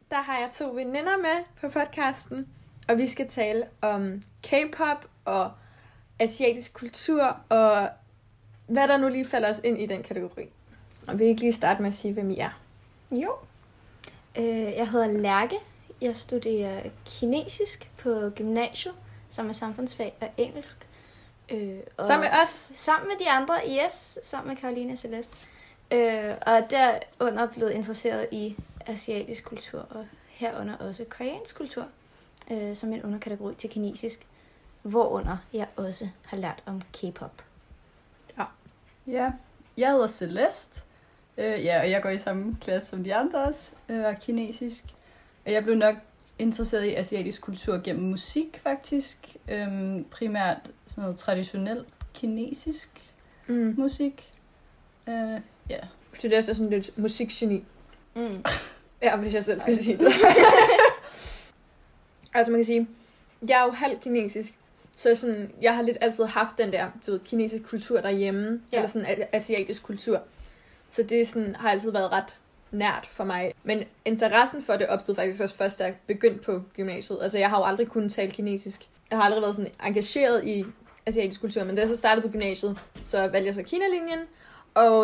der har jeg 2 veninder med på podcasten, og vi skal tale om K-pop og asiatisk kultur, og hvad der nu lige falder os ind i den kategori. Og vil I ikke lige starte med at sige, hvem I er? Jo. Jeg hedder Lærke. Jeg studerer kinesisk på gymnasiet, sammen med samfundsfag og engelsk. Og sammen med os? Sammen med de andre, yes. Sammen med Karoline og Celeste. Og er derunder blevet interesseret i asiatisk kultur, og herunder også koreansk kultur, som en underkategori til kinesisk, hvorunder jeg også har lært om K-pop. Ja, jeg hedder Celeste, og jeg går i samme klasse som de andre også, og kinesisk. Og jeg blev nok interesseret i asiatisk kultur gennem musik, faktisk. Primært sådan noget traditionel kinesisk musik. Så det er også sådan lidt musikgeni. Ja, hvis jeg selv skal sige det. Altså man kan sige, jeg er jo halvt kinesisk, så sådan, jeg har lidt altid haft den der, kinesisk kultur derhjemme, eller sådan asiatisk kultur. Så det sådan, har altid været ret nært for mig. Men interessen for det opstod faktisk også først, da jeg begyndte på gymnasiet. Altså jeg har jo aldrig kunnet tale kinesisk. Jeg har aldrig været sådan engageret i asiatisk kultur, men da jeg så startede på gymnasiet, så valgte jeg så Kina-linjen. Og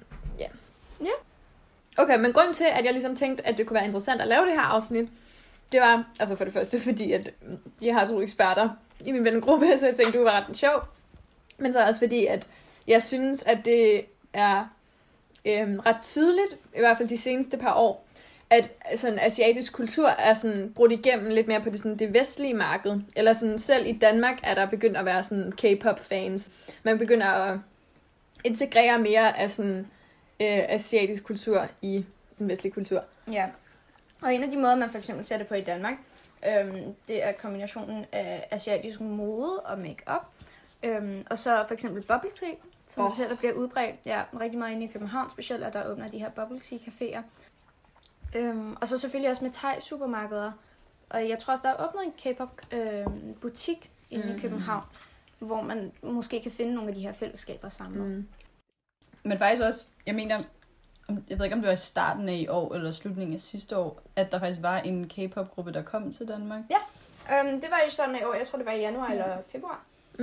Okay, men grunden til, at jeg ligesom tænkte, at det kunne være interessant at lave det her afsnit, det var, altså for det første, fordi at jeg har 2 eksperter i min vennegruppe, så jeg tænkte, du var ret sjov. Men så også fordi, at jeg synes, at det er ret tydeligt, i hvert fald de seneste par år, at sådan asiatisk kultur er sådan brudt igennem lidt mere på det vestlige marked. Eller sådan selv i Danmark er der begyndt at være sådan K-pop-fans. Man begynder at integrere mere af sådan asiatisk kultur i den vestlige kultur. Ja, og en af de måder, man for eksempel ser det på i Danmark, det er kombinationen af asiatisk mode og make-up. Og så for eksempel bubble tea, som man ser, der bliver udbredt rigtig meget inde i København, specielt at der åbner de her bubble tea caféer. Og så selvfølgelig også med thai-supermarkeder. Og jeg tror også, der er åbnet en K-pop butik inde i København, hvor man måske kan finde nogle af de her fællesskaber sammen. Men faktisk også, jeg mener, jeg ved ikke, om det var i starten af i år, eller slutningen af sidste år, at der faktisk var en K-pop-gruppe, der kom til Danmark. Ja, det var i starten af i år. Jeg tror, det var i januar eller februar.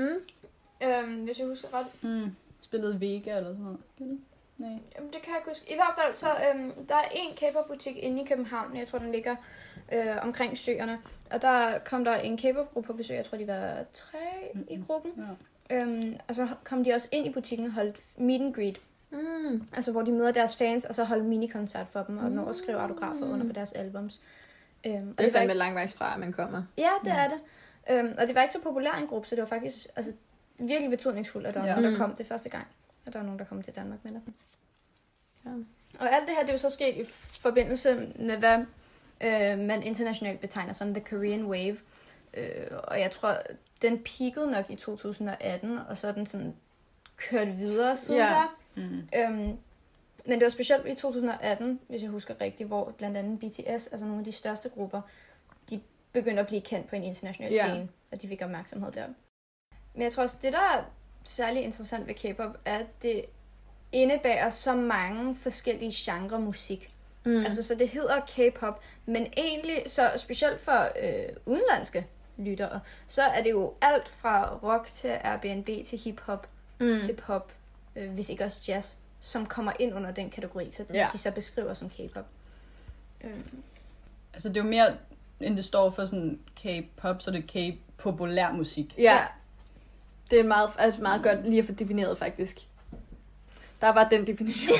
Hvis jeg husker ret. Spillede Vega eller sådan noget. Nej. Jamen, det kan jeg ikke huske. I hvert fald, så der er en K-pop-butik inde i København. Jeg tror, den ligger omkring Søerne. Og der kom der en K-pop-gruppe på besøg. Jeg tror, de var 3 i gruppen. Ja. Og så kom de også ind i butikken og holdt meet and greet. Altså, hvor de møder deres fans, og så holdt minikoncert for dem, og når og skrive autografer under på deres albums. Det er fandme langvejs fra, at man kommer. Ja, det er det. Og det var ikke så populær en gruppe, så det var faktisk virkelig betydningsfuldt, at der var nogen, der kom det første gang. Og der var nogen, der kom til Danmark med det. Ja. Og alt det her, det er jo så sket i forbindelse med, hvad man internationalt betegner som The Korean Wave. Og jeg tror, den peakede nok i 2018, og så er den sådan kørt videre siden der. Men det var specielt i 2018, hvis jeg husker rigtigt, hvor blandt andet BTS, altså nogle af de største grupper, de begyndte at blive kendt på en international scene, og de fik opmærksomhed der. Men jeg tror også, det der er særlig interessant ved K-pop, er, at det indebærer så mange forskellige genre musik. Altså, så det hedder K-pop, men egentlig, så specielt for udenlandske lyttere, så er det jo alt fra rock til Airbnb til hiphop til pop, hvis ikke også jazz, som kommer ind under den kategori, så de så beskriver som K-pop. Altså, det er jo mere, end det står for sådan K-pop, så det er K-populær musik. Ja. Det er meget godt lige at få defineret, faktisk. Der var den definition.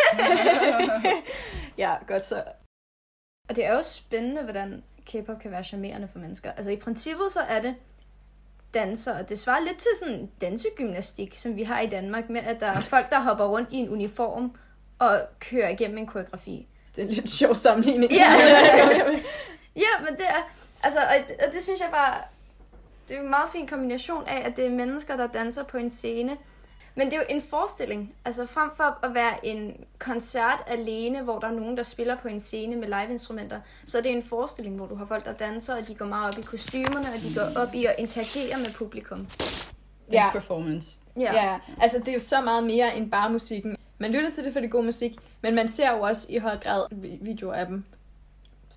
Ja, godt så. Og det er jo spændende, hvordan K-pop kan være charmerende for mennesker. Altså i princippet så er det danser, og det svarer lidt til sådan dansegymnastik, som vi har i Danmark, med at der er folk, der hopper rundt i en uniform og kører igennem en koreografi. Det er en lidt sjov sammenligning. Ja, men det er, altså, og det synes jeg bare, det er en meget fin kombination af, at det er mennesker, der danser på en scene. Men det er jo en forestilling. Altså frem for at være en koncert alene, hvor der er nogen, der spiller på en scene med liveinstrumenter, så er det en forestilling, hvor du har folk, der danser, og de går meget op i kostymerne, og de går op i at interagere med publikum. Ja. Performance. Ja, altså det er jo så meget mere end bare musikken. Man lytter til det for det gode musik, men man ser jo også i høj grad videoer af dem.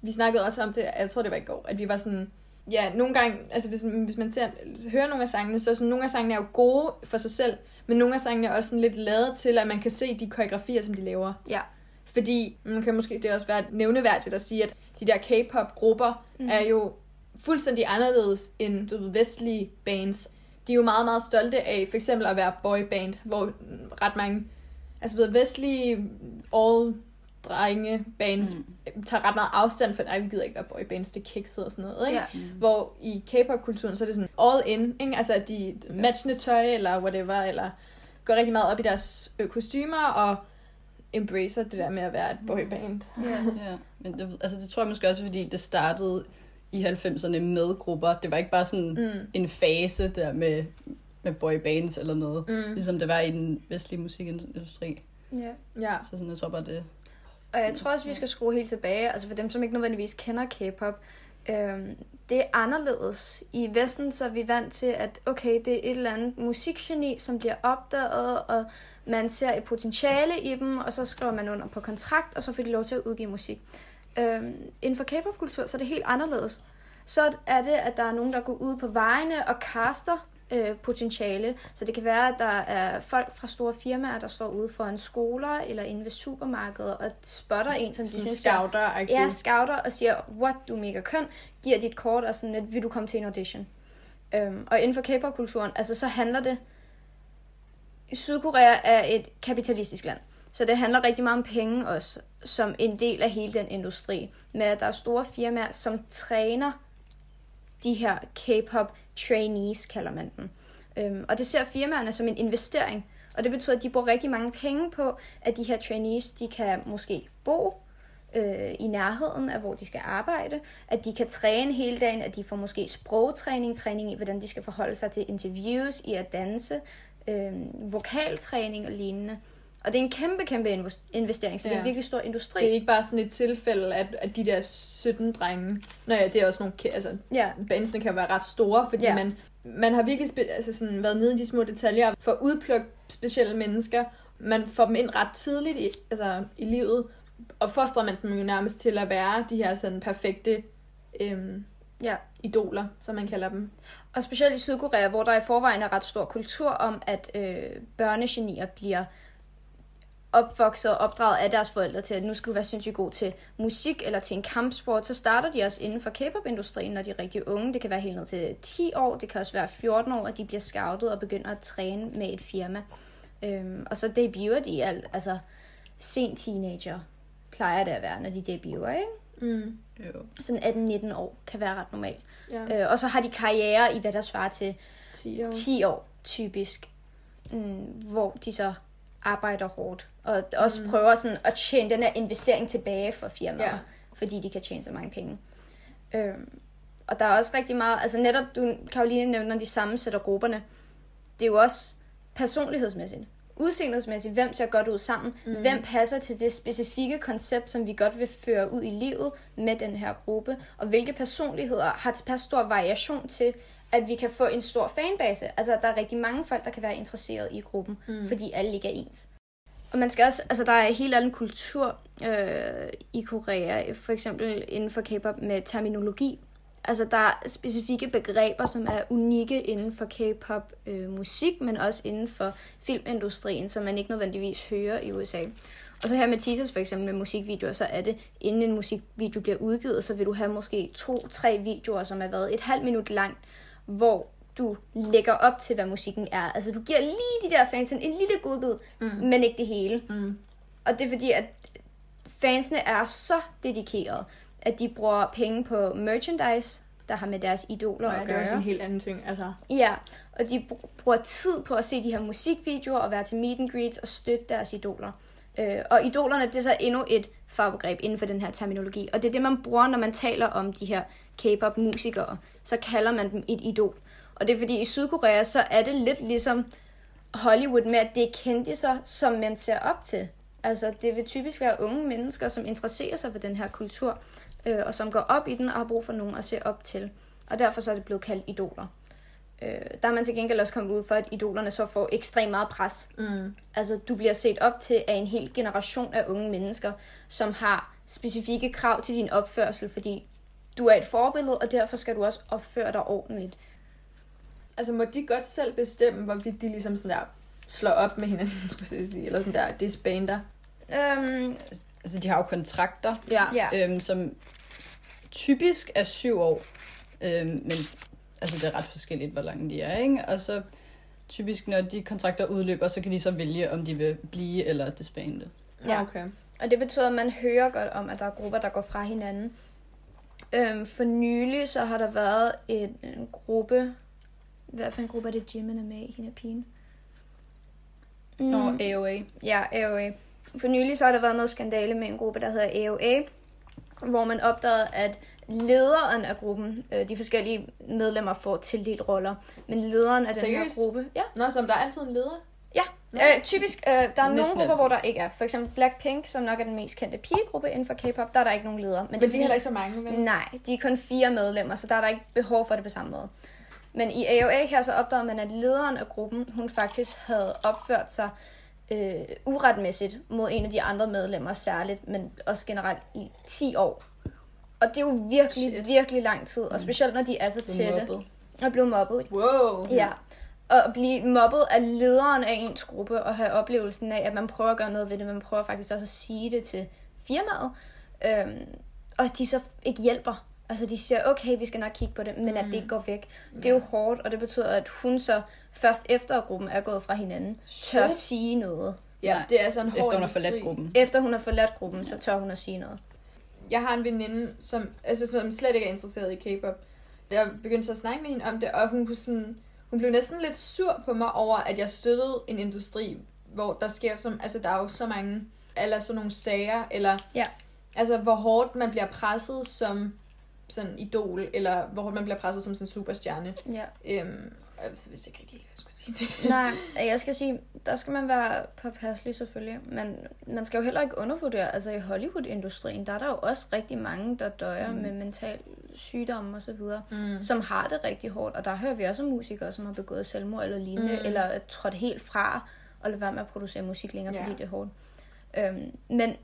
vi snakkede også om det, jeg tror det var i går, at vi var sådan, ja, nogle gange, altså hvis man hører nogle af sangene, så sådan, nogle af sangene er jo gode for sig selv, men nogle af sangene er også sådan lidt lavet til, at man kan se de koreografier, som de laver. Ja. Fordi, man kan måske det også være nævneværdigt at sige, at de der K-pop-grupper er jo fuldstændig anderledes end vestlige bands. De er jo meget, meget stolte af for eksempel at være boyband, hvor ret mange, altså vestlige all-drenge bands tager ret meget afstand for, nej, vi gider ikke være boybands, det er kikset og sådan noget, ikke? Ja. Hvor i K-pop-kulturen, så er det sådan all in, ikke? Altså at de matchende tøj, eller whatever, eller går rigtig meget op i deres kostymer, og embracer det der med at være et boyband. Ja. Men det tror jeg måske også, fordi det startede i 90'erne med grupper. Det var ikke bare sådan en fase der med boybands eller noget. Ligesom det var i den vestlige musikindustri. Ja. Så sådan, jeg tror bare det. Og jeg tror også, vi skal skrue helt tilbage. Altså for dem, som ikke nødvendigvis kender K-pop. Det er anderledes. I Vesten så er vi vant til, at okay, det er et eller andet musikgeni, som bliver opdaget, og man ser et potentiale i dem, og så skriver man under på kontrakt, og så får de lov til at udgive musik. Inden for K-pop-kultur, så er det helt anderledes. Så er det, at der er nogen, der går ud på vejene og caster potentiale. Så det kan være, at der er folk fra store firmaer, der står ude for en skoler eller inde ved supermarkeder og spotter en, som de synes scouter og siger, what, du er mega køn, giver dit kort og sådan lidt, vil du komme til en audition? Og inden for K-pop-kulturen, altså så handler det, Sydkorea er et kapitalistisk land, så det handler rigtig meget om penge også, som en del af hele den industri, med at der er store firmaer, som træner de her K-pop trainees, kalder man dem. Og det ser firmaerne som en investering, og det betyder, at de bruger rigtig mange penge på, at de her trainees, de kan måske bo i nærheden af, hvor de skal arbejde, at de kan træne hele dagen, at de får måske sprogtræning, i hvordan de skal forholde sig til interviews, i at danse, vokaltræning og lignende. Og det er en kæmpe investering, så det er en virkelig stor industri. Det er ikke bare sådan et tilfælde, at de der 17 drenge, det er også nogle, bandsene kan være ret store, fordi man har virkelig sådan været nede i de små detaljer for at udplukke specielle mennesker. Man får dem ind ret tidligt i livet, og fostrer man dem jo nærmest til at være de her sådan perfekte idoler, som man kalder dem. Og specielt i Sydkorea, hvor der i forvejen er ret stor kultur om, at børnegenier bliver opvokset og opdraget af deres forældre til, at nu skal du være sindssygt god til musik eller til en kampsport, så starter de også inden for K-pop-industrien, når de er rigtig unge. Det kan være helt ned til 10 år, det kan også være 14 år, at de bliver scoutet og begynder at træne med et firma. Og så debuter de, altså sent teenager, plejer det at være, når de debuter, ikke? Sådan 18-19 år kan være ret normalt. Ja. Og så har de karriere i, hvad der svarer til 10 år typisk, hvor de så arbejder hårdt, og også prøver sådan at tjene den her investering tilbage for firmaer, fordi de kan tjene så mange penge. Og der er også rigtig meget, altså netop, Karoline nævner, de sammensætter grupperne, det er jo også personlighedsmæssigt, udseendsmæssigt, hvem ser godt ud sammen, hvem passer til det specifikke koncept, som vi godt vil føre ud i livet med den her gruppe, og hvilke personligheder har tilpas stor variation til, at vi kan få en stor fanbase. Altså, der er rigtig mange folk, der kan være interesseret i gruppen, fordi alle ikke er ens. Og man skal også, altså der er en helt anden kultur i Korea, for eksempel inden for K-pop med terminologi. Altså, der er specifikke begreber, som er unikke inden for K-pop musik, men også inden for filmindustrien, som man ikke nødvendigvis hører i USA. Og så her med teasers for eksempel med musikvideoer, så er det, inden en musikvideo bliver udgivet, så vil du have måske 2-3 videoer, som er været et halvt minut langt, hvor du lægger op til, hvad musikken er. Altså, du giver lige de der fans en lille godbid, men ikke det hele. Og det er fordi, at fansene er så dedikerede, at de bruger penge på merchandise, der har med deres idoler at gøre. Det er også en helt anden ting, altså. Ja, og de bruger tid på at se de her musikvideoer, og være til meet and greets og støtte deres idoler. Og idolerne, det er så endnu et fagbegreb inden for den her terminologi. Og det er det, man bruger, når man taler om de her K-pop-musikere. Så kalder man dem et idol. Og det er fordi, i Sydkorea, så er det lidt ligesom Hollywood med, at det er kendiser, som man ser op til. Altså, det vil typisk være unge mennesker, som interesserer sig for den her kultur, og som går op i den og har brug for nogen at se op til. Og derfor så er det blevet kaldt idoler. Der er man til gengæld også kommet ud for, at idolerne så får ekstremt meget pres. Altså, du bliver set op til af en hel generation af unge mennesker, som har specifikke krav til din opførsel, fordi du er et forbillede, og derfor skal du også opføre dig ordentligt. Altså må de godt selv bestemme, hvorvidt de ligesom sådan der slår op med hinanden, skulle jeg sige, eller sådan der disbander? Altså de har jo kontrakter, Ja. Som typisk er 7 år, men altså det er ret forskelligt, hvor lange de er, ikke? Og så typisk, når de kontrakter udløber, så kan de så vælge, om de vil blive eller disbande. Ja, okay. Og det betyder, at man hører godt om, at der er grupper, der går fra hinanden. For nylig, så har der været en gruppe, hvad for en gruppe er det, Jimin er med i, hende er pigen? AOA. Ja, AOA. For nylig, så har der været noget skandale med en gruppe, der hedder AOA, hvor man opdagede, at lederen af gruppen, de forskellige medlemmer får tildelt roller, men lederen af den her gruppe... Ja. Nå, som der er altid en leder? Ja, typisk, der er nogle Næsten grupper, altid. hvor der ikke er. For eksempel Blackpink, som nok er den mest kendte pigegruppe inden for K-pop, der er der ikke nogen leder. Men de er heller ikke så mange, vel? Nej, de er kun 4 medlemmer, så der er der ikke behov for det på samme måde. Men i AOA her så opdagede man, at lederen af gruppen, hun faktisk havde opført sig uretmæssigt mod en af de andre medlemmer særligt, men også generelt i 10 år. Og det er jo virkelig lang tid, og specielt når de er så tætte. Og blive mobbet. Wow. Ja. Og at blive mobbet af lederen af ens gruppe, og have oplevelsen af, at man prøver at gøre noget ved det, man prøver faktisk også at sige det til firmaet, og at de så ikke hjælper. Altså de siger, okay, vi skal nok kigge på det, men at det ikke går væk. Det er jo hårdt, og det betyder, at hun så først efter gruppen er gået fra hinanden, tør sige noget. Ja, det er sådan en hård Efter hun har industri. forladt gruppen. Efter hun har forladt gruppen, så tør hun at sige noget. Jeg har en veninde, som slet ikke er interesseret i K-pop. Jeg begyndte så at snakke med hende om det, og hun blev næsten lidt sur på mig over, at jeg støttede en industri, hvor der sker der er jo så mange, eller sådan nogle sager, eller altså hvor hårdt man bliver presset som sådan idol, eller hvor hårdt man bliver presset som sådan superstjerne. Ja. Jeg vidste ikke rigtig, hvad jeg skulle sige til det. Nej, jeg skal sige, der skal man være påpasselig selvfølgelig, men man skal jo heller ikke undervurdere, altså i Hollywood-industrien, der er der jo også rigtig mange, der døjer med mental sygdom og så videre, som har det rigtig hårdt, og der hører vi også om musikere, som har begået selvmord eller lignende, eller er trådt helt fra og lade være med at producere musik længere, fordi det er hårdt. Men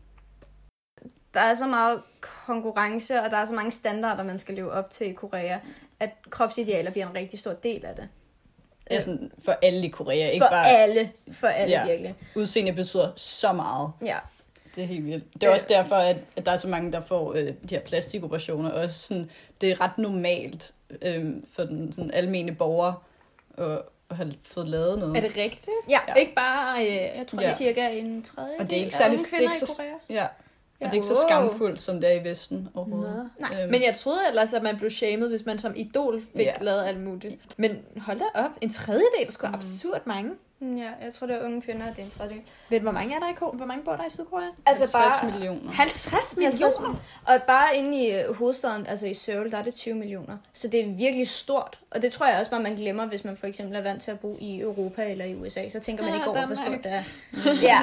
der er så meget konkurrence, og der er så mange standarder, man skal leve op til i Korea, at kropsidealer bliver en rigtig stor del af det. Ja, sådan for alle i Korea, ikke for bare... For alle virkelig. Udseende betyder så meget. Ja. Det er helt vildt. Det er også derfor, at der er så mange, der får de her plastikoperationer. Også sådan, det er ret normalt for den sådan almene borger at have fået lavet noget. Er det rigtigt? Ja. Ikke bare... Jeg tror, det er cirka en tredjedel og det er ikke særlig kvinder i Korea. Ja. Og det er ikke så skamfuldt, som det er i Vesten overhovedet. Nej. Men jeg troede ellers, at man blev shamed, hvis man som idol fik lavet alt muligt. Men hold da op, en tredjedel er sgu absurd mange. Ja, jeg tror, det er unge kvinder, det er en tredjedel. Ved du, hvor mange er der i Korea? Hvor mange bor der i Sydkorea? Altså 50 millioner. 50 millioner? Og bare inde i hovedstaden, altså i Seoul, der er det 20 millioner. Så det er virkelig stort. Og det tror jeg også bare, man glemmer, hvis man for eksempel er vant til at bo i Europa eller i USA. Så tænker man ikke over, hvor stort det er. Ja.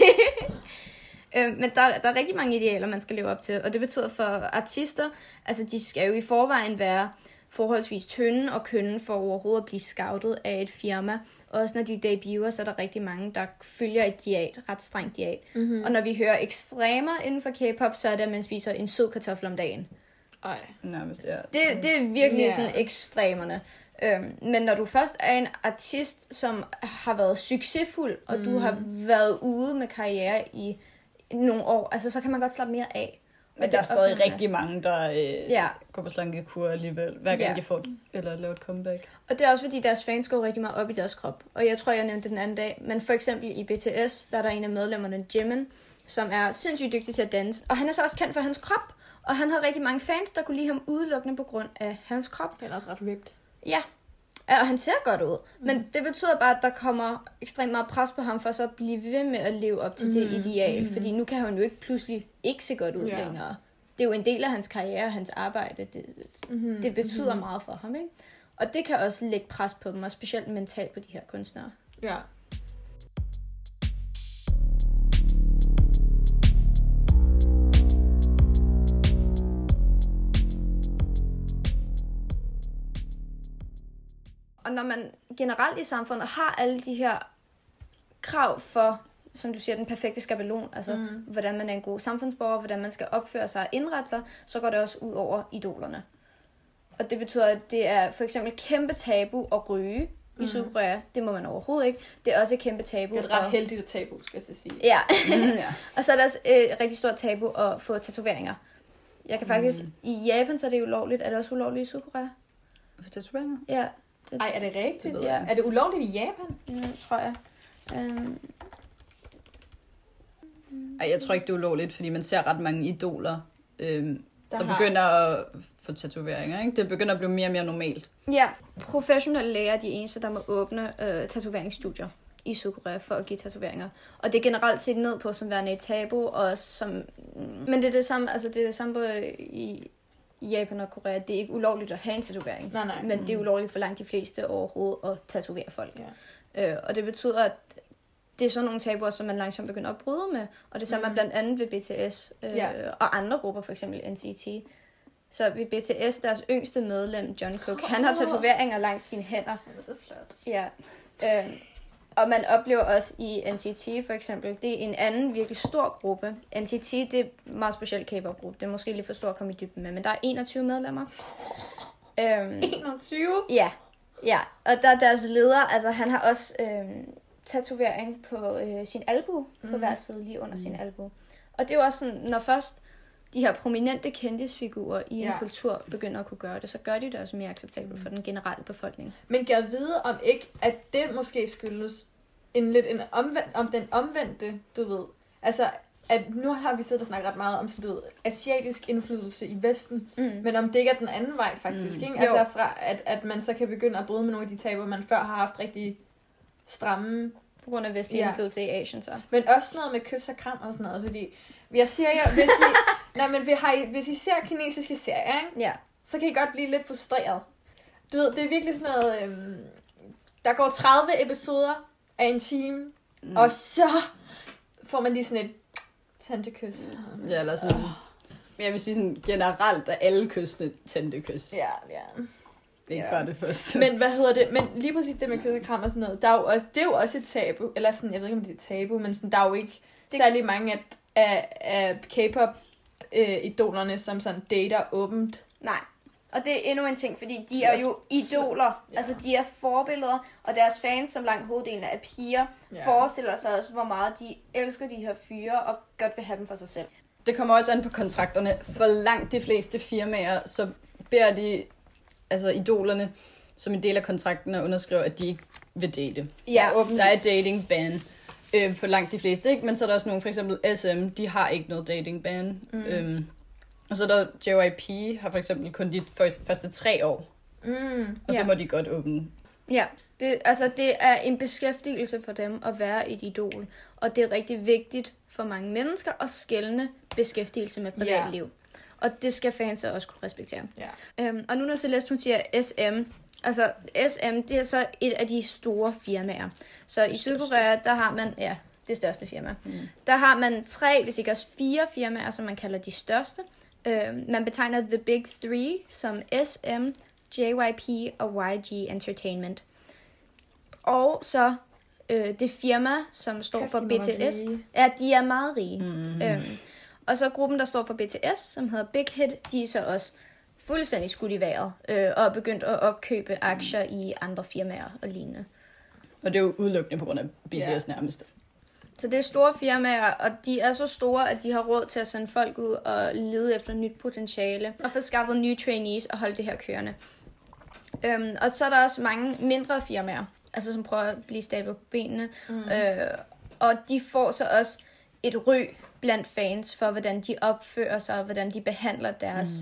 Men der er rigtig mange idealer, man skal leve op til. Og det betyder for artister, altså de skal jo i forvejen være forholdsvis tynde og kønne for overhovedet at blive scoutet af et firma. Også når de debuter, så er der rigtig mange, der følger et diæt, ret strengt diæt. Mm-hmm. Og når vi hører ekstremer inden for K-pop, så er det, at man spiser en sød kartoffel om dagen. Nærmest, ja. Det er virkelig sådan ekstremerne. Men når du først er en artist, som har været succesfuld, og du har været ude med karriere i nogle år, altså så kan man godt slappe mere af. Men der er stadig rigtig mange, der går på slankekur alligevel, hver gang de får eller laver et comeback. Og det er også fordi, deres fans går rigtig meget op i deres krop. Og jeg tror, jeg nævnte det den anden dag, men for eksempel i BTS, der er der en af medlemmerne, Jimin, som er sindssygt dygtig til at danse. Og han er så også kendt for hans krop, og han har rigtig mange fans, der kunne lide ham udelukkende på grund af hans krop. Han er også ret ripped. Ja, og han ser godt ud. Men det betyder bare, at der kommer ekstremt meget pres på ham, for så at blive ved med at leve op til det ideal. Fordi nu kan han jo ikke pludselig ikke se godt ud længere. Det er jo en del af hans karriere, hans arbejde. Det betyder meget for ham, ikke? Og det kan også lægge pres på dem, og specielt mentalt på de her kunstnere. Ja. Og når man generelt i samfundet har alle de her krav for som du siger, den perfekte skabelon, altså hvordan man er en god samfundsborger, hvordan man skal opføre sig og indrette sig, så går det også ud over idolerne. Og det betyder, at det er for eksempel kæmpe tabu at ryge i Sydkorea. Det må man overhovedet ikke. Det er også et kæmpe tabu. Det er et ret heldigt tabu, skal jeg sige. Ja. Og så er der også et rigtig stort tabu at få tatoveringer. Jeg kan faktisk... I Japan så er det ulovligt. Er det også ulovligt i Sydkorea? For tatoveringer? Ja. Ej, er det rigtigt? Ja. Er det ulovligt i Japan? Ja, tror jeg. Ej, jeg tror ikke, det er ulovligt, fordi man ser ret mange idoler, der begynder at få tatoveringer, ikke? Det begynder at blive mere og mere normalt. Ja, professionelle læger er de eneste, der må åbne tatoveringsstudier i Sydkorea for at give tatoveringer. Og det er generelt set ned på som værende et tabu, og som... Men det er det samme, altså det er det samme både i Japan og Korea. Det er ikke ulovligt at have en tatovering. Nej. Men det er ulovligt for langt de fleste overhovedet at tatovere folk. Ja. Og det betyder, at det er sådan nogle tabuer, som man langsomt begynder at bryde med. Og det samme er blandt andet ved BTS og andre grupper, for eksempel NCT. Så ved BTS, deres yngste medlem, Jungkook, han har tatoveringer langs sine hænder. Det er så flot. Ja. Og man oplever også i NCT for eksempel, det er en anden virkelig stor gruppe. NCT, det er en meget speciel K-pop-gruppe. Det er måske lidt for stor at komme i dybden med, men der er 21 medlemmer. 21? Ja. Og der er deres leder, altså han har også tatovering på sin albu, på hver side, lige under sin albu. Og det er jo også sådan, når først de her prominente kendisfigurer i en kultur begynder at kunne gøre det, så gør de det også mere acceptabelt for den generelle befolkning. Men kan jeg vide om ikke, at det måske skyldes den omvendte, du ved. Altså, at nu har vi siddet og snakket ret meget om, du ved, asiatisk indflydelse i Vesten, men om det ikke er den anden vej faktisk, ikke? Altså fra, at man så kan begynde at bryde med nogle af de taber, man før har haft rigtig stramme. På grund af vestlig indflydelse i Asien så. Men også noget med kys og kram og sådan noget, fordi jeg siger jo, hvis I ser kinesiske serier, ikke? Ja. Så kan I godt blive lidt frustreret. Du ved, det er virkelig sådan noget, der går 30 episoder af en time, og så får man lige sådan et tantekys. Ja, eller sådan. Jeg vil sige sådan generelt, at alle kyssene tantekys. Ja. Ikke bare det første. Men hvad hedder det? Men lige præcis det med kys og kram og sådan noget, der er jo også, det er jo også et tabu, eller sådan, jeg ved ikke om det er et tabu, men sådan, der er jo ikke særlig mange af K-pop-idolerne, som sådan dater åbent. Nej. Og det er endnu en ting, fordi de er jo idoler. Ja. Altså, de er forbilleder, og deres fans, som langt hoveddelen af piger, forestiller sig også, hvor meget de elsker de her fyre, og godt vil have dem for sig selv. Det kommer også an på kontrakterne. For langt de fleste firmaer, så beder de altså idolerne, som en del af kontrakten at underskrive, at de ikke vil date. Ja, der er dating ban for langt de fleste, ikke? Men så er der også nogle, for eksempel SM, de har ikke noget dating ban. Og så er der JYP, har for eksempel kun de første 3 år. Og så må de godt åbne. Ja, det er en beskæftigelse for dem at være et idol. Og det er rigtig vigtigt for mange mennesker at skelne beskæftigelse med privatliv. Og det skal fans også kunne respektere. Og nu når Celeste hun siger SM, altså SM, det er så et af de store firmaer. Så i Sydkorea, der har man, det største firma. Der har man 3, hvis ikke også 4 firmaer, som man kalder de største. Man betegner The Big Three som SM, JYP og YG Entertainment. Og så det firma, som står for BTS. Ja, de er meget rige. Og så gruppen, der står for BTS, som hedder Big Hit, de er så også fuldstændig skudt i vejret og er begyndt at opkøbe aktier i andre firmaer og lignende. Og det er jo udelukkende på grund af BTS nærmest. Så det er store firmaer, og de er så store, at de har råd til at sende folk ud og lede efter nyt potentiale, og få skaffet nye trainees og holde det her kørende. Og så er der også mange mindre firmaer, altså som prøver at blive stablet på benene, og de får så også et ry blandt fans for, hvordan de opfører sig, og hvordan de behandler deres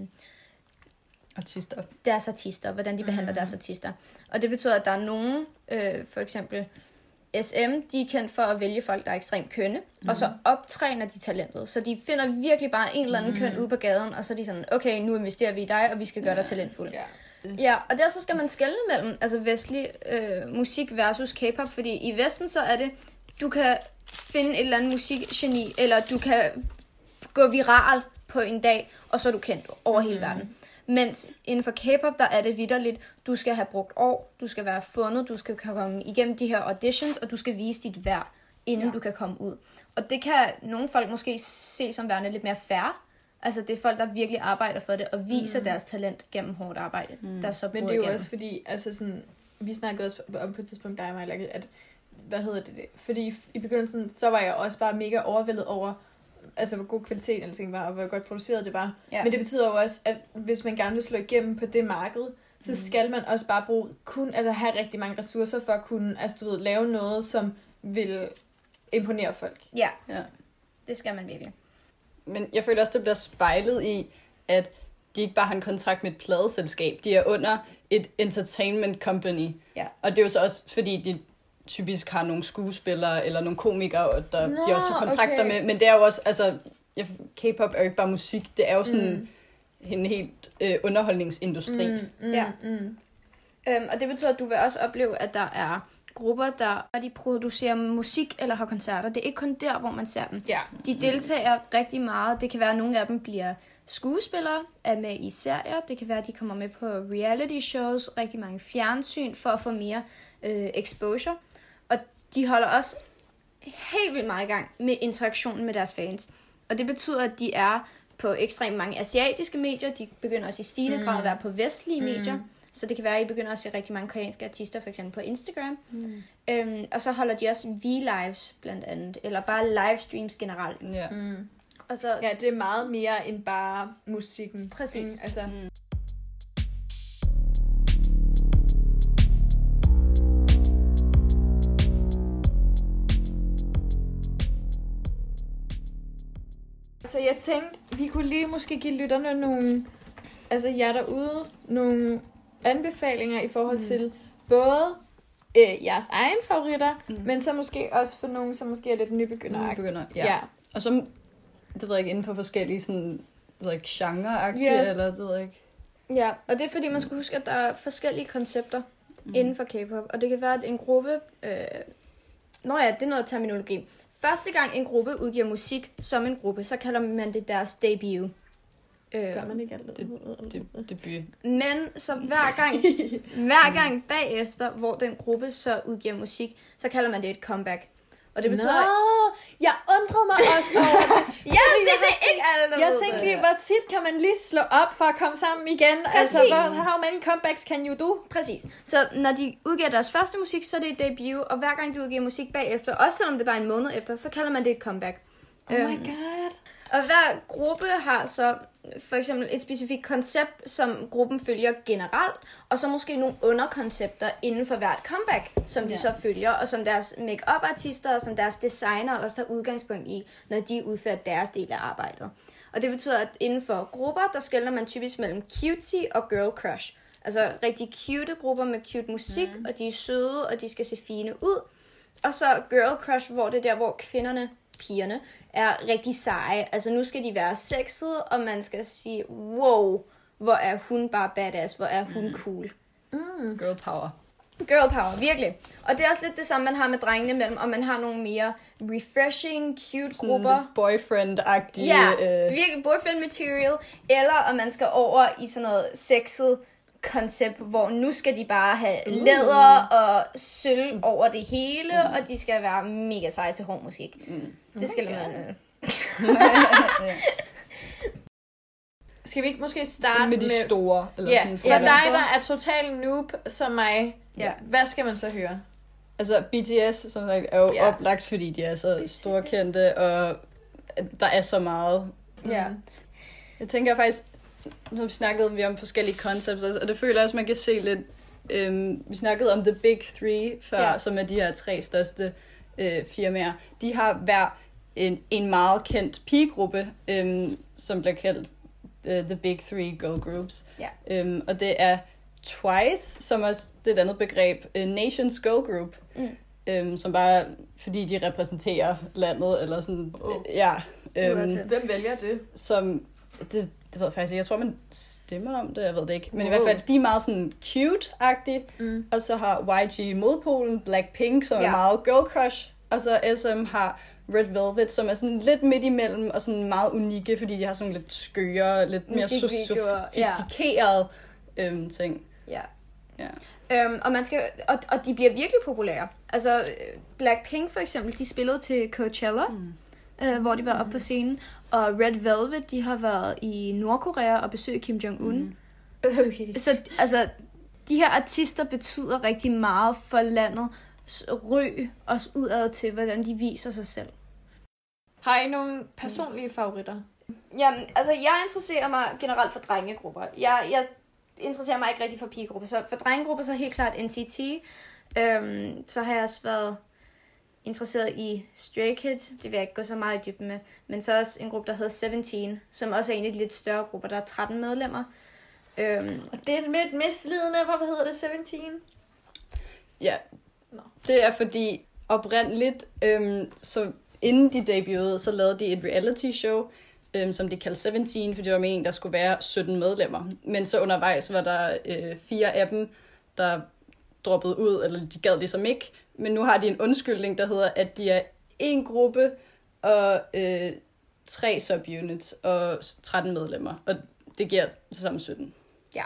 artister, hvordan de behandler deres artister. Og det betyder, at der er nogen, for eksempel SM, de er kendt for at vælge folk, der er ekstremt kønne, og så optræner de talentet. Så de finder virkelig bare en eller anden køn ude på gaden, og så er de sådan, okay, nu investerer vi i dig, og vi skal gøre dig talentfuld. Ja, og der så skal man skelne mellem altså vestlig musik versus K-pop, fordi i Vesten så er det, du kan finde et eller andet musikgeni, eller du kan gå viral på en dag, og så er du kendt over hele verden. Mens inden for K-pop, der er det vitterligt, du skal have brugt år, du skal være fundet, du skal komme igennem de her auditions, og du skal vise dit værd inden du kan komme ud. Og det kan nogle folk måske se som værende lidt mere fair. Altså det er folk, der virkelig arbejder for det, og viser deres talent gennem hårdt arbejde. Der så men det er jo også fordi, altså sådan, vi snakkede også om på et tidspunkt, dig og mig, at, fordi i begyndelsen, så var jeg også bare mega overvældet over, altså hvor god kvalitet alting var, og hvor godt produceret det var. Ja. Men det betyder jo også, at hvis man gerne vil slå igennem på det marked, så skal man også bare have rigtig mange ressourcer for at kunne lave noget, som vil imponere folk. Ja, det skal man virkelig. Men jeg føler også, det bliver spejlet i, at de ikke bare har en kontrakt med et pladeselskab. De er under et entertainment company. Ja. Og det er jo så også, fordi de typisk har nogle skuespillere eller nogle komikere, de også har kontrakter med. Men det er jo også, altså, K-pop er jo ikke bare musik. Det er jo sådan en helt underholdningsindustri. Og det betyder, at du vil også opleve, at der er grupper, der de producerer musik eller har koncerter. Det er ikke kun der, hvor man ser dem. Ja. De deltager rigtig meget. Det kan være, at nogle af dem bliver skuespillere, er med i serier. Det kan være, at de kommer med på reality shows, rigtig mange fjernsyn, for at få mere exposure. Og de holder også helt vildt meget i gang med interaktionen med deres fans. Og det betyder, at de er på ekstremt mange asiatiske medier. De begynder også i stigende grad at være på vestlige medier. Så det kan være, at I begynder at se rigtig mange koreanske artister, for eksempel på Instagram. Og så holder de også V-Lives blandt andet, eller bare livestreams generelt. Ja. Og så, ja, det er meget mere end bare musikken. Præcis. Altså. Så jeg tænkte, vi kunne lige måske give lytterne nogle, altså jer derude, nogle anbefalinger i forhold til både jeres egen favoritter, men så måske også for nogen, som måske er lidt nybegynder. Ja. Og så, det ved jeg ikke, inden for forskellige sådan, det ved jeg ikke, genre-agtige, eller det ved jeg ikke. Ja, og det er fordi, man skal huske, at der er forskellige koncepter inden for K-pop, og det kan være, at en gruppe, det er noget terminologi. Første gang en gruppe udgiver musik som en gruppe, så kalder man det deres debut. Gør man ikke altid? Debut. Men så hver gang bagefter, hvor den gruppe så udgiver musik, så kalder man det et comeback. Og det betyder... jeg undrede mig også over det. Ja, det er ikke alle, der jeg ved tænkte det. lige, hvor tit kan man lige slå op for at komme sammen igen? Præcis. Altså, how many comebacks can you do? Præcis. Så når de udgiver deres første musik, så er det et debut, og hver gang de udgiver musik bagefter, også selvom det bare er en måned efter, så kalder man det et comeback. Oh my god. Og hver gruppe har så for eksempel et specifikt koncept, som gruppen følger generelt, og så måske nogle underkoncepter inden for hvert comeback, som de så følger, og som deres make-up-artister og som deres designer også har udgangspunkt i, når de udfører deres del af arbejdet. Og det betyder, at inden for grupper, der skelner man typisk mellem cutie og girl crush. Altså rigtig cute grupper med cute musik, og de er søde, og de skal se fine ud. Og så girl crush, hvor det er der, hvor pigerne, er rigtig seje. Altså nu skal de være sexede, og man skal sige, wow, hvor er hun bare badass, hvor er hun cool. Girl power. Girl power, virkelig. Og det er også lidt det samme, man har med drengene mellem, og man har nogle mere refreshing, cute grupper. Boyfriend-agtige. Ja, virkelig boyfriend material. Eller om man skal over i sådan noget sexet koncept, hvor nu skal de bare have læder og sølv over det hele, og de skal være mega seje til hård musik. Det skal man... Skal vi ikke måske starte med de store? Eller sådan, for dig, der er total noob som mig, hvad skal man så høre? Altså BTS, som sagt, er jo oplagt, fordi de er så storkendte, og der er så meget. Jeg tænker faktisk, nu har vi snakket om forskellige concepts, og det føler jeg også, man kan se lidt. Vi snakkede om The Big Three før, som er de her 3 største firmaer. De har hver en meget kendt pigegruppe, som bliver kaldt The Big Three Girl Groups. Og det er Twice, som er det andet begreb, Nations Girl Group, som bare, fordi de repræsenterer landet, eller sådan, hvem vælger det? Som, det ved jeg faktisk ikke, jeg tror, man stemmer om det, jeg ved det ikke, men i hvert fald, de er meget sådan cute-agtige, og så har YG modpolen, Blackpink, som er meget girl crush, og så SM har Red Velvet, som er sådan lidt midt imellem, og sådan meget unikke, fordi de har sådan lidt skøre, lidt mere sofistikerede ting. Ja. Ja. Og de bliver virkelig populære. Altså, Blackpink for eksempel, de spillede til Coachella, hvor de var oppe på scenen. Og Red Velvet, de har været i Nordkorea og besøgt Kim Jong-un. Okay. Så altså, de her artister betyder rigtig meget for landets ry, også udad til, hvordan de viser sig selv. Har I nogle personlige favoritter? Jamen, altså, jeg interesserer mig generelt for drengegrupper. Jeg interesserer mig ikke rigtig for pigegrupper. Så for drengegrupper, så er helt klart NCT. Så har jeg også været interesseret i Stray Kids. Det vil jeg ikke gå så meget i dybden med. Men så også en gruppe, der hedder 17, som også er en af de lidt større grupper. Der er 13 medlemmer. Og det er lidt misledende. Hvorfor hedder det 17? Ja, det er fordi oprindeligt, så inden de debuterede, så lavede de et reality show, som de kaldte 17, fordi det var meningen, der skulle være 17 medlemmer. Men så undervejs var der 4 af dem, der droppede ud, eller de gad ligesom ikke. Men nu har de en undskyldning, der hedder, at de er en gruppe og 3 subunits og 13 medlemmer. Og det giver til sammen 17. Ja.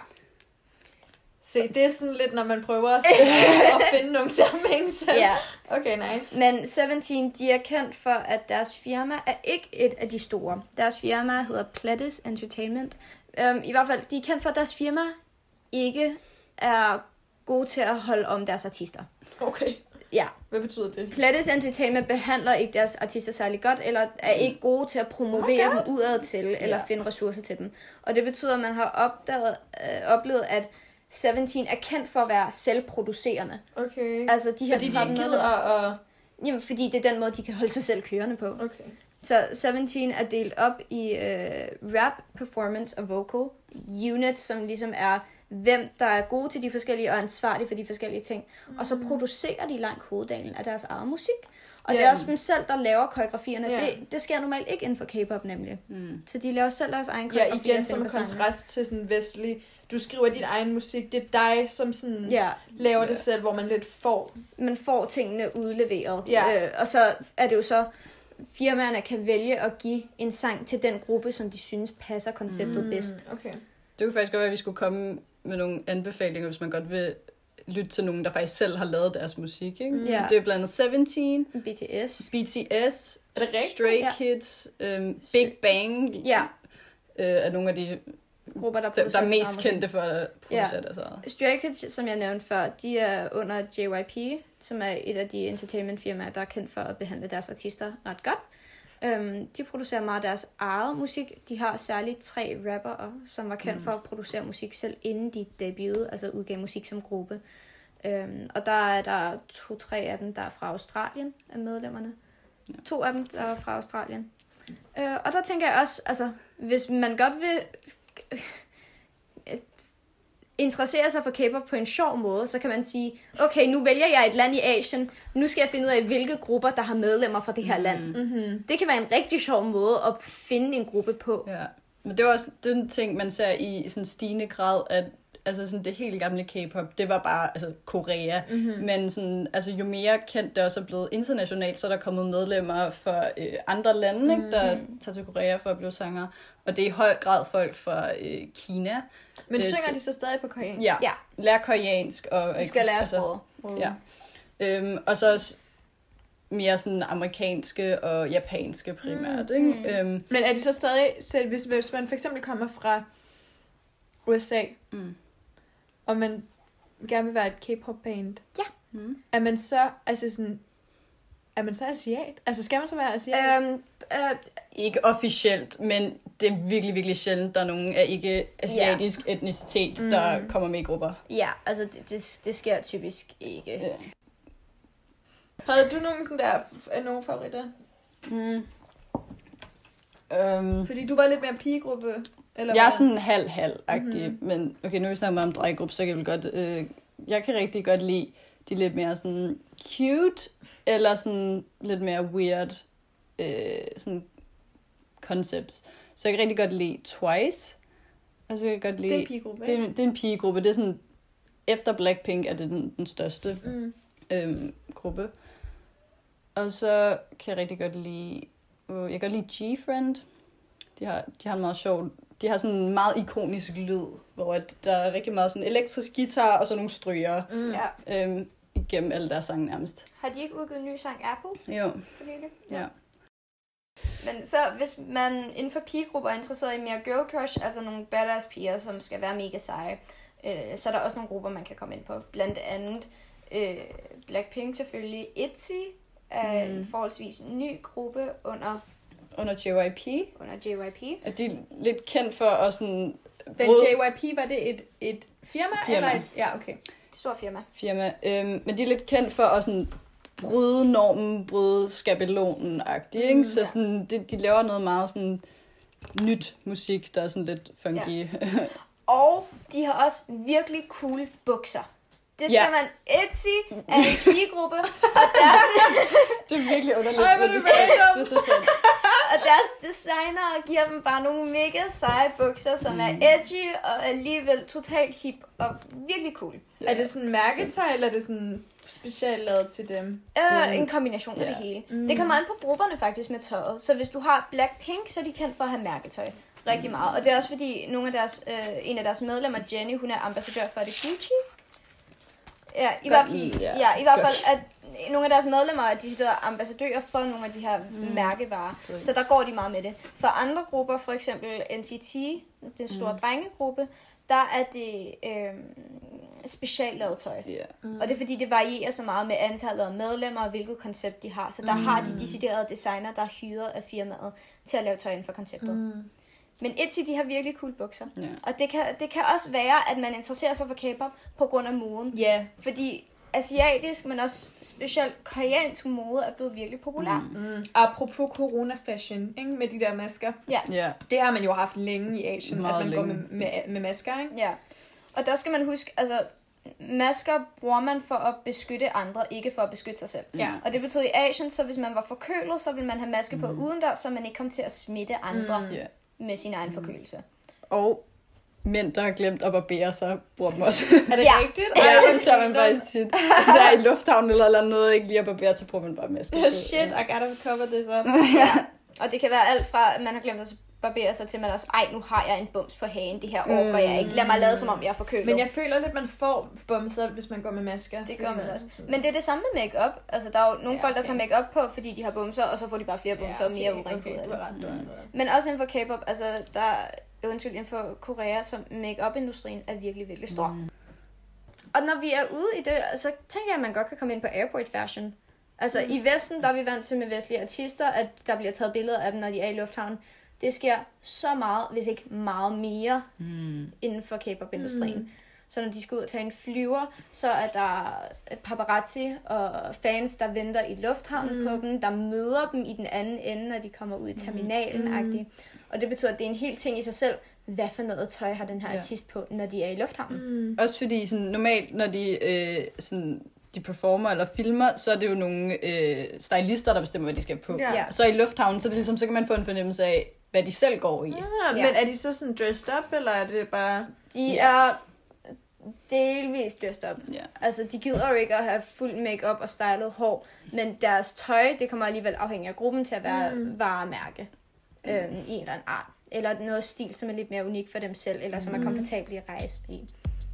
Se, det er sådan lidt, når man prøver at finde nogle sammenhæng selv. Ja. Okay, nice. Men 17, de er kendt for, at deres firma er ikke et af de store. Deres firma hedder Pledis Entertainment. I hvert fald, de er kendt for, at deres firma ikke er gode til at holde om deres artister. Okay. Ja. Hvad betyder det? Pledis Entertainment behandler ikke deres artister særlig godt, eller er ikke gode til at promovere dem udad til, eller finde ressourcer til dem. Og det betyder, at man har oplevet, at 17 er kendt for at være selvproducerende. Okay. Altså de her fordi de ikke gider at... Jamen, fordi det er den måde, de kan holde sig selv kørende på. Okay. Så 17 er delt op i rap, performance og vocal units, som ligesom er, hvem der er gode til de forskellige og ansvarlige for de forskellige ting. Og så producerer de langt hoveddelen af deres eget musik. Og det er også dem selv, der laver koreografierne. Det sker normalt ikke inden for K-pop nemlig. Så de laver selv deres egen koreografi. Ja, igen som kontrast til sådan vestlig. Du skriver din egen musik. Det er dig, som sådan laver det selv, hvor man lidt får... Man får tingene udleveret. Og så er det jo så... Firmaerne kan vælge at give en sang til den gruppe, som de synes passer konceptet bedst. Okay. Det kunne faktisk godt være, at vi skulle komme med nogle anbefalinger, hvis man godt vil lytte til nogen, der faktisk selv har lavet deres musik. Ikke? Det er blandt andet 17, BTS, Stray Kids, Big Bang er nogle af de grupper, der er mest kendte for at producere deres eget. Stray Kids, som jeg nævnte før, de er under JYP, som er et af de entertainment-firmaer, der er kendt for at behandle deres artister ret godt. De producerer meget deres eget musik. De har særligt 3 rappere, som var kendt for at producere musik selv, inden de debuterede, altså udgav musik som gruppe. Og der er der 2-3 af dem, der er fra Australien, af medlemmerne. 2 af dem, der er fra Australien. Og der tænker jeg også, altså, hvis man godt vil interessere sig for K-pop på en sjov måde, så kan man sige, okay, nu vælger jeg et land i Asien, nu skal jeg finde ud af, hvilke grupper, der har medlemmer fra det her land. Mm-hmm. Det kan være en rigtig sjov måde at finde en gruppe på. Ja. Men det var også den ting, man ser i sådan stigende grad, at altså sådan det helt gamle K-pop, det var bare altså Korea. Mm-hmm. Men sådan, altså, jo mere kendt det også er blevet internationalt, så er der kommet medlemmer fra andre lande, ikke, der tager til Korea for at blive sanger. Og det er i høj grad folk fra Kina. Men synger de så stadig på koreansk? Ja, lærer koreansk. Og, de skal lære sproget. Ja. Og så også mere sådan amerikanske og japanske primært. Ikke? Men er de så stadig, selv hvis man for eksempel kommer fra USA, og man gerne vil være et K-pop-band, er man så, altså sådan, er man så asiat? Altså skal man så være asiat? Ikke officielt, men det er virkelig, virkelig sjældent, der er nogen af ikke-asiatisk etnicitet, der kommer med i grupper. Ja, altså det sker typisk ikke. Ja. Havde du nogen sådan der, nogle favoritter? Fordi du var lidt mere pigegruppe. Eller jeg er sådan halv-agtig, men okay, nu er vi snakket meget om drejegruppe, så kan jeg godt... jeg kan rigtig godt lide de lidt mere sådan cute, eller sådan lidt mere weird sådan concepts. Så jeg kan rigtig godt lide Twice. Altså jeg kan godt lide... Det er en pigegruppe, det er en pigegruppe. Det er sådan... Efter Blackpink er det den største gruppe. Og så kan jeg rigtig godt lide... Jeg kan godt lide G-Friend. De har en meget sjov de har sådan en meget ikonisk lyd, hvor der er rigtig meget sådan elektrisk guitar og så nogle stryger igennem alle deres sange nærmest. Har de ikke udgivet en ny sang Apple? Jo. For nylig? Ja. Men så hvis man inden for pigegrupper er interesseret i mere girl crush, altså nogle badass piger, som skal være mega seje, så er der også nogle grupper, man kan komme ind på. Blandt andet Blackpink selvfølgelig. ITZY er en forholdsvis ny gruppe Under JYP. At de er lidt kendt for at sådan... Men JYP, var det et firma? Eller et, ja, okay. Et stort firma. Men de er lidt kendt for at sådan bryde normen, bryde skabelonen-agtigt, ikke? Så sådan, de laver noget meget sådan nyt musik, der er sådan lidt funky. Ja. Og de har også virkelig cool bukser. Det skal man. ITZY er en pigegruppe, og deres... Det er virkelig underligt. Ej, det er så sandt. Og deres designer giver dem bare nogle mega seje bukser, som er edgy og alligevel totalt hip og virkelig cool. Er det sådan mærketøj, eller er det sådan specielt lavet til dem? En kombination af det hele. Det kommer an på grupperne faktisk med tøjet. Så hvis du har Blackpink, så er de kendt for at have mærketøj rigtig meget. Og det er også fordi en af deres medlemmer, Jennie, hun er ambassadør for det Gucci. Ja, i hvert fald, at nogle af deres medlemmer er decideret ambassadører for nogle af de her mærkevarer. Så der går de meget med det. For andre grupper, for eksempel NCT, den store drengegruppe, der er det specielt lavet tøj. Og det er fordi, det varierer så meget med antallet af medlemmer og hvilket koncept de har. Så der har de deciderede designer, der er hyret af firmaet til at lave tøj inden for konceptet. Men ITZY, de har virkelig cool bukser. Og det kan også være, at man interesserer sig for K-pop på grund af moden. Fordi asiatisk, men også specielt koreansk mode er blevet virkelig populær. Apropos corona fashion, ikke? Med de der masker. Det har man jo haft længe i Asien, at man går med masker, ikke? Ja. Og der skal man huske, altså masker bruger man for at beskytte andre, ikke for at beskytte sig selv. Og det betød i Asien, så hvis man var forkølet, så ville man have maske på udendørs, så man ikke kom til at smitte andre med sin egen forkølelse. Og mænd, der har glemt at barbere sig, bruger dem også. Er det rigtigt? Ja, det ser man faktisk tit. Altså, der er i lufthavnen eller noget, ikke lige at barbere, så bruger man bare maske. Shit, I gotta cover this up. Og det kan være alt fra, at man har glemt at barbere sig til, man også, nu har jeg en bums på hagen, det her orker jeg ikke. Lad mig lade, som om jeg er forkølet. Men jeg føler lidt, man får bumser, hvis man går med masker. Det gør man også. Men det er det samme med make-up. Altså, der er jo nogle folk, der tager make-up på, fordi de har bumser, og så får de bare flere bumser og mere udring. Men også inden for K-pop, altså, inden for Korea, som make-up-industrien er virkelig, virkelig stor. Og når vi er ude i det, så tænker jeg, at man godt kan komme ind på airport fashion. Altså, i Vesten, der er vi vant til med vestlige artister, at der bliver taget billeder af dem, når de er i lufthavnen. Det sker så meget, hvis ikke meget mere, inden for K-pop-industrien. Så når de skal ud og tage en flyver, så er der paparazzi og fans, der venter i lufthavnen på dem, der møder dem i den anden ende, når de kommer ud i terminalen. Og det betyder, at det er en hel ting i sig selv. Hvad for noget tøj har den her artist på, når de er i lufthavnen? Også fordi sådan, normalt, når de de performer eller filmer, så er det jo nogle stylister, der bestemmer, hvad de skal på. Så i lufthavnen, så er det ligesom, så kan man få en fornemmelse af, hvad de selv går i. Men er de så sådan dressed up, eller er det bare... De er delvist dressed up. Altså, de gider jo ikke at have fuld make-up og stylet hår, men deres tøj, det kommer alligevel afhængig af gruppen til at være varemærke i en eller anden art. Eller noget stil, som er lidt mere unik for dem selv, eller som er komfortabel i rejse i.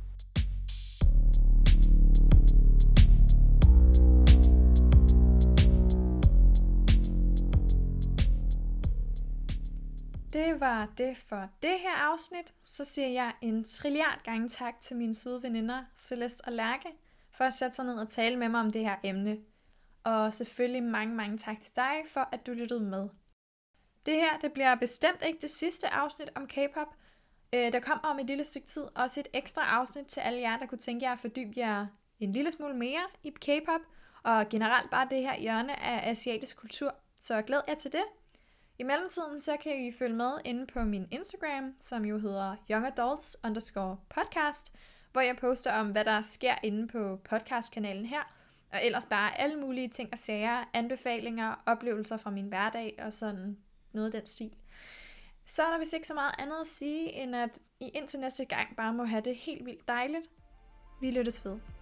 Det var det for det her afsnit. Så siger jeg en trilliard gange tak til mine søde veninder, Celeste og Lærke, for at sætte sig ned og tale med mig om det her emne. Og selvfølgelig mange, mange tak til dig for, at du lyttede med. Det her, det bliver bestemt ikke det sidste afsnit om K-pop. Der kommer om et lille stykke tid også et ekstra afsnit til alle jer, der kunne tænke jer at fordybe jer en lille smule mere i K-pop, og generelt bare det her hjørne af asiatisk kultur. Så glæd jer til det. I mellemtiden så kan I følge med inde på min Instagram, som jo hedder youngadults_podcast, hvor jeg poster om, hvad der sker inde på podcastkanalen her, og ellers bare alle mulige ting og sager, anbefalinger, oplevelser fra min hverdag og sådan noget af den stil. Så er der vist ikke så meget andet at sige, end at I indtil næste gang bare må have det helt vildt dejligt. Vi lyttes ved.